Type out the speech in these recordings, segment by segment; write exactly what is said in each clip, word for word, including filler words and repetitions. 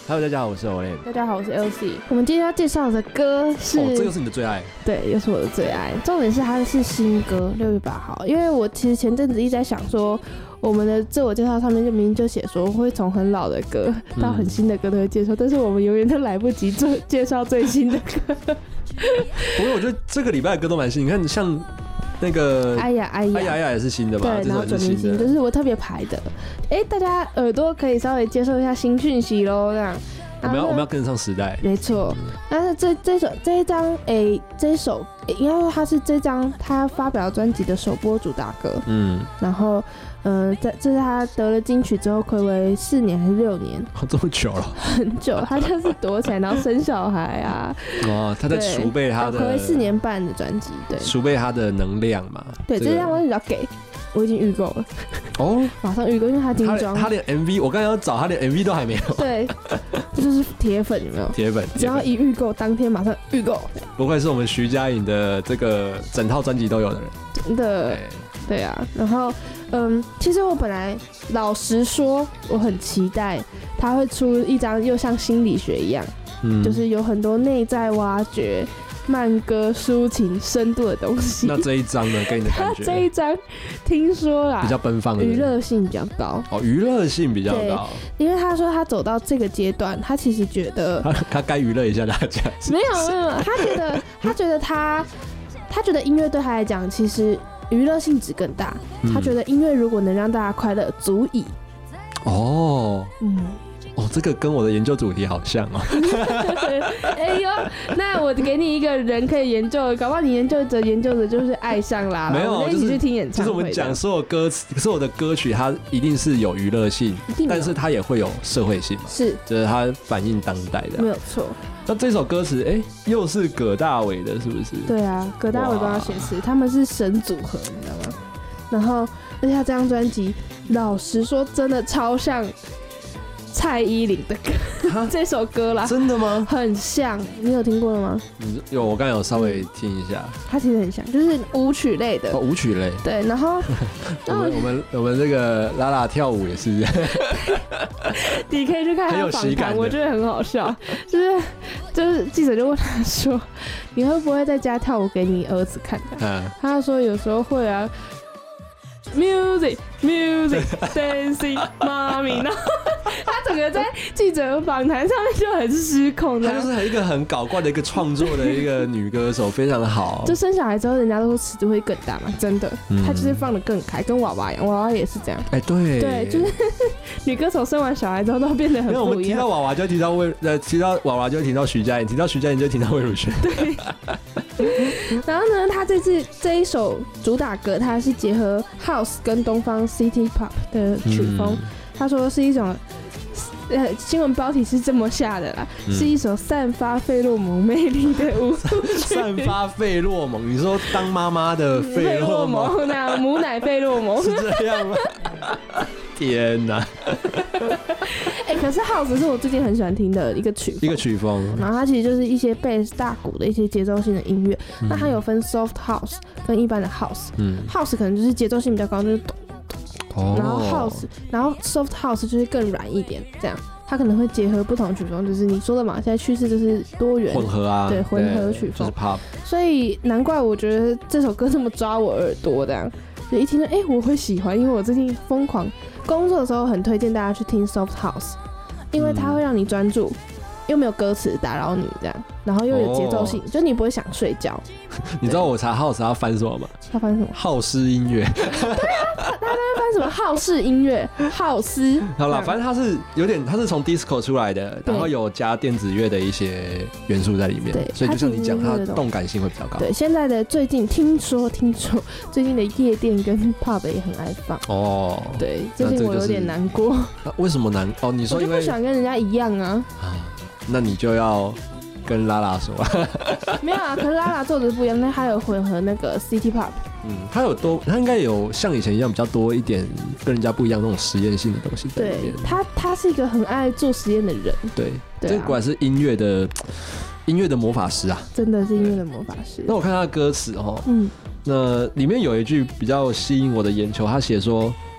Hello， 大家好，我是 Olen。 大家好，我是 L C。我们今天要介绍的歌是， 哦，这又是你的最爱。 对，又是我的最爱。重点是它是新歌，六月八号。因为我其实前阵子一直在想说，我们的自我介绍上面就明明就写说会从很老的歌到很新的歌都会介绍，嗯、但是我们永远都来不及做介绍最新的歌。 不过我觉得这个礼拜的歌都蛮新，你看像。那个哎呀哎呀哎呀哎呀也是新的吧？ 对，然后准明星就是我特别排的。哎，大家耳朵可以稍微接受一下新讯息喽，这样。 我们要我们要跟上时代。 没错，但是这这首这一张哎这一首，应该说它是这张他发表专辑的首播主打歌。嗯，然后嗯、呃，这这是他得了金曲之后，睽违四年还是六年？ 哦，这么久了。 很久，他就是躲起来，然后生小孩啊。 哦，他在储备他的。 睽违四年半的专辑，对。 储备他的能量嘛。 对，这张专辑要给。我已经预购了哦，马上预购，因为他精装， 他连 M V， 我刚才要找他连 M V 都还没有。 对，这就是铁粉，有没有？ 铁粉， 只要一预购，当天马上预购。 不愧是我们徐佳莹的这个整套专辑都有的人， 真的。对啊，然后嗯，其实我本来老实说，我很期待他会出一张又像心理学一样，嗯，就是有很多内在挖掘。慢歌、抒情、深度的东西。 那这一张呢？给你的感觉？ 他这一张听说啦， 比较奔放， 娱乐性比较高。 哦，娱乐性比较高。 因为他说他走到这个阶段，他其实觉得他他该娱乐一下大家。 没有没有，他觉得他觉得他他觉得音乐对他来讲，其实娱乐性质更大。嗯、他觉得音乐如果能让大家快乐，足以。 哦，嗯。哦，这个跟我的研究主题好像哦。 哎呦，那我给你一个人可以研究，搞不好你研究着研究着就是爱上啦。 没有， 我们一起去听演唱会。 就是我们讲所有歌词，所有的歌曲，它一定是有娱乐性，但是它也会有社会性嘛。 是， 就是它反映当代的。 没有错。 那这首歌词，哎、欸，又是葛大为的，是不是？ 对啊，葛大为帮他写词，他们是神组合，你知道吗？然后，而且他这张专辑，老实说，真的超像。蔡依林的歌，这首歌啦， 真的吗？ 很像，你有听过了吗？ 有，我刚才有稍微听一下。 它其实很像，就是舞曲类的。 哦，舞曲类。 对，然后我们我们我们这个拉拉跳舞也是， 你可以去看他的访谈，我觉得很好笑。就是就是记者就问他说：“你会不会在家跳舞给你儿子看的？”嗯，他说有时候会啊。Music, music, dancing, mommy， 然后他整个在记者访谈上面就很失控， 他就是一个很搞怪的一个创作的一个女歌手，非常的好。 就生小孩之后，人家都说尺度会更大嘛，真的，嗯、他就是放得更开，跟娃娃一样，娃娃也是这样。 哎、欸，对， 对，就是女歌手生完小孩之后都变得很不一样。 因为我们提到娃娃就会提到魏，呃，提到娃娃就会提到徐佳莹，提到徐佳莹就会提到魏如萱。 对。然后呢，他这次这一首主打歌，它是结合 House 跟东方 City Pop 的曲风。嗯、他说是一种，呃，新闻标题是这么下的啦，嗯、是一首散发费洛蒙魅力的舞曲。 散发费洛蒙，你说当妈妈的费洛蒙， 那母奶费洛蒙是这样吗？天哪！ 哎、欸，可是 House 是我最近很喜欢听的一个曲风， 一个曲风。然后它其实就是一些贝斯大鼓的一些节奏性的音乐。嗯、那它有分 soft house 跟一般的 house。嗯 ，house 可能就是节奏性比较高，就是咚咚。哦。然后 house， 然后 soft house 就是更软一点，这样。它可能会结合不同曲风，就是你说的嘛，现在趋势就是多元混合啊， 对，混合曲风， 就是 pop。所以难怪我觉得这首歌这么抓我耳朵，这样。就一听到，哎、欸，我会喜欢，因为我最近疯狂工作的时候，很推荐大家去听 soft house， 因为它会让你专注，又没有歌词打扰你，这样，然后又有节奏性，哦、就你不会想睡觉。 你知道我查 house 要翻什么吗？ 要翻什么？ 浩斯音乐。 对啊，他他在翻什么？浩氏音乐，浩斯。 好啦，反正它是有点，它是从 disco 出来的，然后有加电子乐的一些元素在里面，对，所以就像你讲，它的动感性会比较高。 对，现在的最近听说听说最近的夜店跟 pub 也很爱放。哦，对，最近我有点难过。 啊、为什么难？哦，你说因为我就不想跟人家一样啊。 啊，那你就要。跟拉拉说， 没有啊，可是拉拉做的不一样，那它有混合那个 City Pop， 嗯，它有多，它应该有像以前一样比较多一点跟人家不一样那种实验性的东西在里面。 对，他他是一个很爱做实验的人。 对，对啊、这果然是音乐的音乐的魔法师啊， 真的是音乐的魔法师。 那我看他的歌词哦，嗯，那里面有一句比较吸引我的眼球，他写说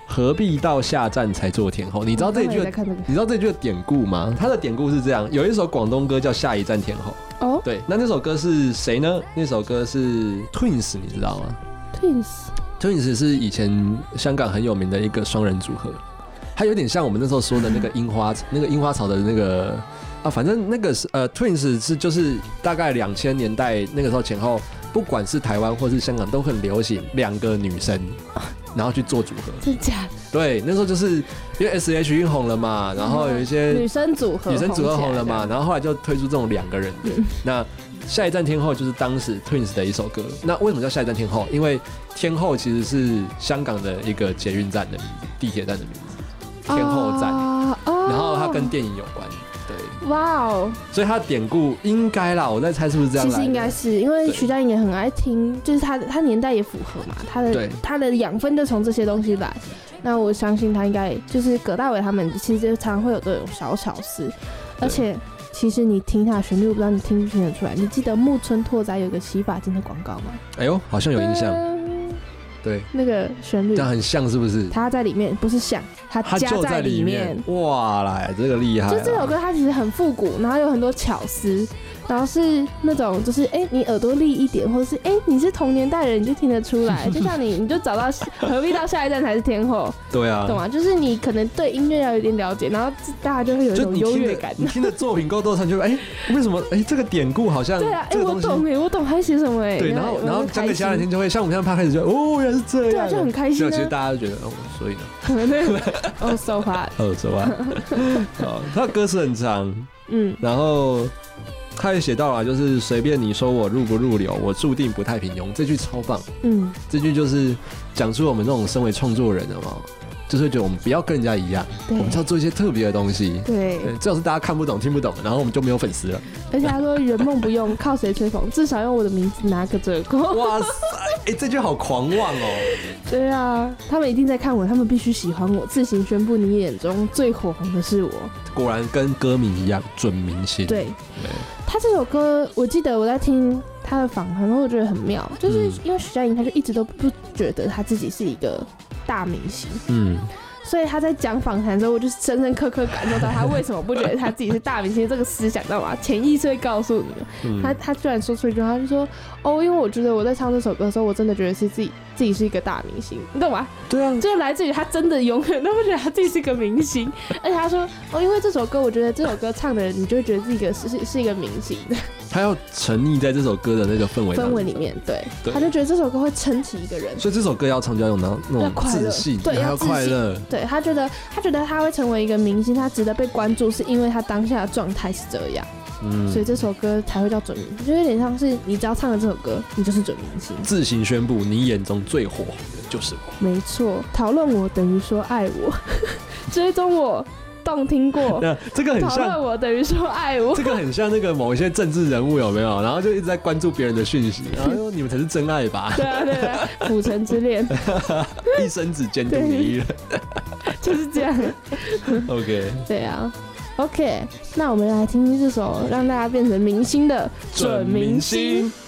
何必到下站才做天后？你知道这一句，你知道这一句的典故吗？它的典故是这样：有一首广东歌叫《下一站天后》。哦，对，那那首歌是谁呢？那首歌是 Twins， 你知道吗 ？Twins，Twins 是以前香港很有名的一个双人组合，它有点像我们那时候说的那个樱花，那个樱花草的那个啊，反正那个是呃 Twins 是就是大概两千年代那个时候前后，不管是台湾或是香港都很流行两个女生。然后去做组合， 真假的？ 对，那时候就是因为 S H 晕红了嘛，然后有一些女生组合， 女生组合红了嘛，然后后来就推出这种两个人的。嗯、那下一站天后就是当时 Twins 的一首歌。那为什么叫下一站天后？因为天后其实是香港的一个捷运站的名字，地铁站的名字，天后站。哦、然后它跟电影有关。对， 哇哦！ 所以他的典故应该啦，我在猜是不是这样来的？ 其实应该是因为徐佳莹也很爱听，就是他他年代也符合嘛，他的他的养分就从这些东西来。那我相信他应该就是葛大为他们，其实常常会有这种小巧思，而且其实你听他的旋律，我不知道你听不听得出来。你记得木村拓哉有个洗发精的广告吗？ 哎呦，好像有印象。对， 那个旋律， 这样很像是不是？ 他在里面不是像，他加在里面。 哇来，这个厉害、啊！ 就这首歌，它其实很复古，然后有很多巧思，然后是那种就是哎、欸，你耳朵利一点，或者是哎、欸，你是同年代人，你就听得出来。就像你，你就找到何必到下一站才是天后？ 对啊， 懂吗？就是你可能对音乐要有点了解，然后大家就会有一种优越感。 你听的作品够多，才就哎、欸，为什么哎、欸、这个典故好像对啊，哎、欸、我懂哎、欸，我懂他写什么哎、欸。 对，然后然后讲给其他人听，就会像我们现在拍开始就哦，原来是这样， 对啊，就很开心、啊。 其实大家都觉得哦，所以呢，哦，so hard， 哦，so hard， 哦，他的歌词很长，嗯，然后他也写到了，就是随便你说我入不入流，我注定不太平庸，这句超棒，嗯，这句就是讲出我们这种身为创作人的嘛。就是觉得我们不要跟人家一样，我们要做一些特别的东西。对，最好是大家看不懂、听不懂，然后我们就没有粉丝了。 而且他说：“圆梦不用靠谁吹捧，至少用我的名字拿个折扣。” 哇塞，哎、欸，这句好狂妄哦。 对啊，他们一定在看我，他们必须喜欢我，自行宣布你眼中最火红的是我。 果然跟歌名一样，准明星。 对，对他这首歌，我记得我在听他的访谈，然后我觉得很妙，就是因为徐佳莹，她就一直都不觉得她自己是一个大明星，嗯，所以他在讲访谈的时候，我就深深刻刻感受到他为什么不觉得他自己是大明星这个思想，知道吗？潜意识会告诉你，嗯、他他居然说出一句话，他就说：“哦，因为我觉得我在唱这首歌的时候，我真的觉得是自己自己是一个大明星，你懂吗？” 对啊， 这来自于他真的永远都不觉得他自己是一个明星，而且他说：“哦，因为这首歌，我觉得这首歌唱的人，你就会觉得自己是是是一个明星的。” 他要沉溺在这首歌的那个氛围氛围里面，对，对他就觉得这首歌会撑起一个人， 所以这首歌要唱就要用到那种自信， 对，要快乐， 对他觉得他觉得他会成为一个明星，他值得被关注，是因为他当下的状态是这样，嗯，所以这首歌才会叫准明星，就有点像是你只要唱了这首歌，你就是准明星， 自行宣布你眼中最火红的就是我， 没错，讨论我等于说爱我，追踪我。动听过， 这个很像讨论我等于说爱我， 这个很像那个某一些政治人物有没有？然后就一直在关注别人的讯息，然后说你们才是真爱吧？ 对啊，对啊，府城之恋， 一生只监督你一人， 就是这样。 OK， 对啊 ，OK， 那我们来听听这首让大家变成明星的准明星。